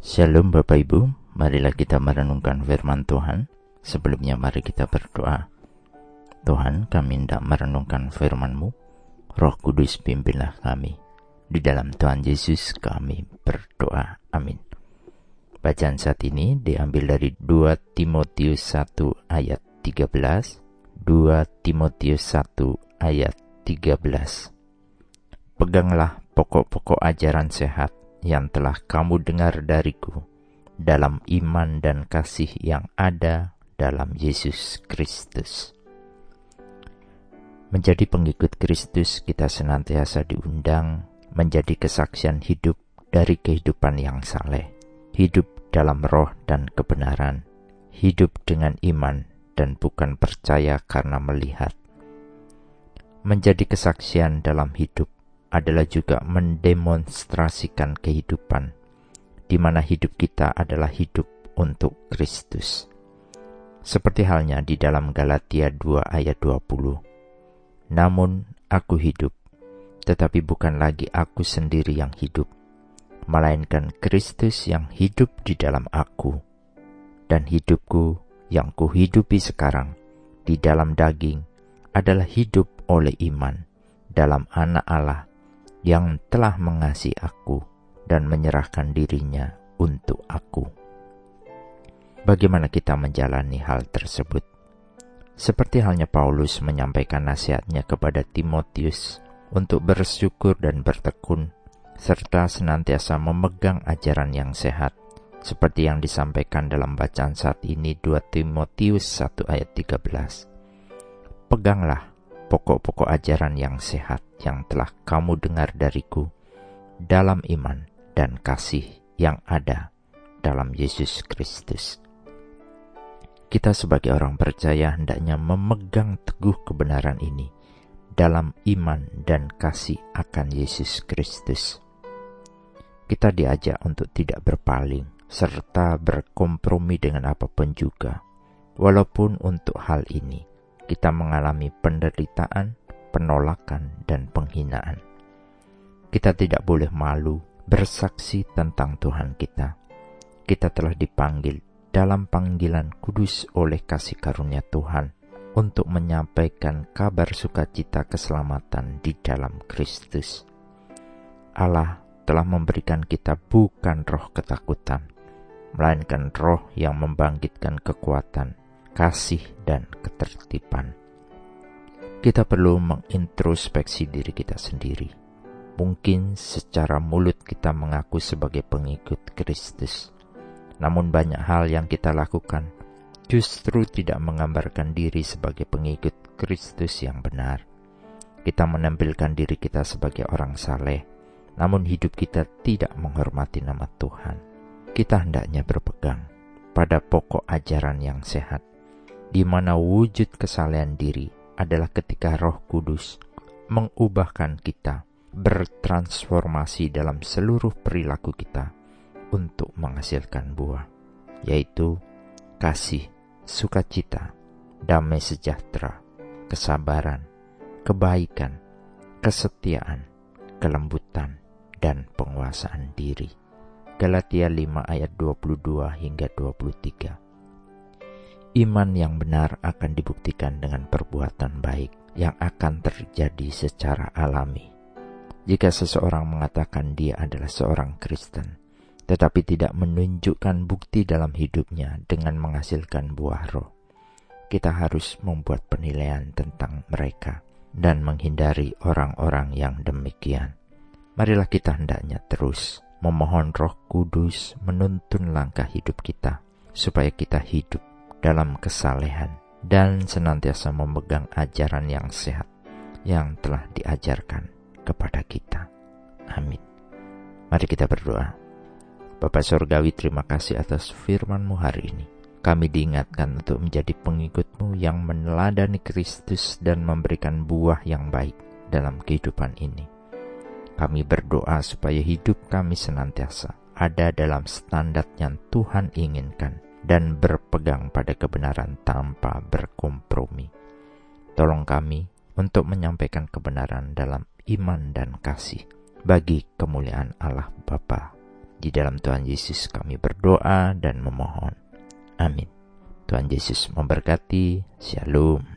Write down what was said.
Shalom Bapak Ibu, marilah kita merenungkan firman Tuhan. Sebelumnya mari kita berdoa. Tuhan, kami hendak merenungkan firman-Mu. Roh Kudus pimpinlah kami. Di dalam Tuhan Yesus kami berdoa. Amin. Bacaan saat ini diambil dari 2 Timotius 1 ayat 13. 2 Timotius 1 ayat 13. Peganglah pokok-pokok ajaran sehat yang telah kamu dengar dariku dalam iman dan kasih yang ada dalam Yesus Kristus. Menjadi pengikut Kristus, kita senantiasa diundang menjadi kesaksian hidup dari kehidupan yang saleh, hidup dalam roh dan kebenaran, hidup dengan iman dan bukan percaya karena melihat. Menjadi kesaksian dalam hidup adalah juga mendemonstrasikan kehidupan, di mana hidup kita adalah hidup untuk Kristus. Seperti halnya di dalam Galatia 2 ayat 20. Namun aku hidup, tetapi bukan lagi aku sendiri yang hidup, melainkan Kristus yang hidup di dalam aku. Dan hidupku yang kuhidupi sekarang di dalam daging adalah hidup oleh iman dalam Anak Allah yang telah mengasihi aku dan menyerahkan dirinya untuk aku. Bagaimana kita menjalani hal tersebut? Seperti halnya Paulus menyampaikan nasihatnya kepada Timotius untuk bersyukur dan bertekun, serta senantiasa memegang ajaran yang sehat, seperti yang disampaikan dalam bacaan saat ini 2 Timotius 1 ayat 13. Peganglah pokok-pokok ajaran yang sehat yang telah kamu dengar dariku dalam iman dan kasih yang ada dalam Yesus Kristus. Kita sebagai orang percaya hendaknya memegang teguh kebenaran ini dalam iman dan kasih akan Yesus Kristus. Kita diajak untuk tidak berpaling serta berkompromi dengan apapun juga, walaupun untuk hal ini kita mengalami penderitaan, penolakan, dan penghinaan. Kita tidak boleh malu bersaksi tentang Tuhan kita. Kita telah dipanggil dalam panggilan kudus oleh kasih karunia Tuhan untuk menyampaikan kabar sukacita keselamatan di dalam Kristus. Allah telah memberikan kita bukan roh ketakutan, melainkan roh yang membangkitkan kekuatan, kasih, dan ketertiban. Kita perlu mengintrospeksi diri kita sendiri. Mungkin secara mulut kita mengaku sebagai pengikut Kristus, namun banyak hal yang kita lakukan justru tidak menggambarkan diri sebagai pengikut Kristus yang benar. Kita menampilkan diri kita sebagai orang saleh, namun hidup kita tidak menghormati nama Tuhan. Kita hendaknya berpegang pada pokok ajaran yang sehat, di mana wujud kesalehan diri adalah ketika Roh Kudus mengubahkan kita, bertransformasi dalam seluruh perilaku kita untuk menghasilkan buah, yaitu kasih, sukacita, damai sejahtera, kesabaran, kebaikan, kesetiaan, kelembutan, dan penguasaan diri. Galatia 5 ayat 22 hingga 23. Iman yang benar akan dibuktikan dengan perbuatan baik yang akan terjadi secara alami. Jika seseorang mengatakan dia adalah seorang Kristen, tetapi tidak menunjukkan bukti dalam hidupnya dengan menghasilkan buah roh, kita harus membuat penilaian tentang mereka dan menghindari orang-orang yang demikian. Marilah kita hendaknya terus memohon Roh Kudus menuntun langkah hidup kita, supaya kita hidup dalam kesalehan dan senantiasa memegang ajaran yang sehat yang telah diajarkan kepada kita. Amin. Mari kita berdoa. Bapa Surgawi, terima kasih atas firman-Mu hari ini. Kami diingatkan untuk menjadi pengikut-Mu yang meneladani Kristus dan memberikan buah yang baik dalam kehidupan ini. Kami berdoa supaya hidup kami senantiasa ada dalam standar yang Tuhan inginkan dan berpegang pada kebenaran tanpa berkompromi. Tolong kami untuk menyampaikan kebenaran dalam iman dan kasih bagi kemuliaan Allah Bapa Di dalam Tuhan Yesus kami berdoa dan memohon. Amin. Tuhan Yesus memberkati. Shalom.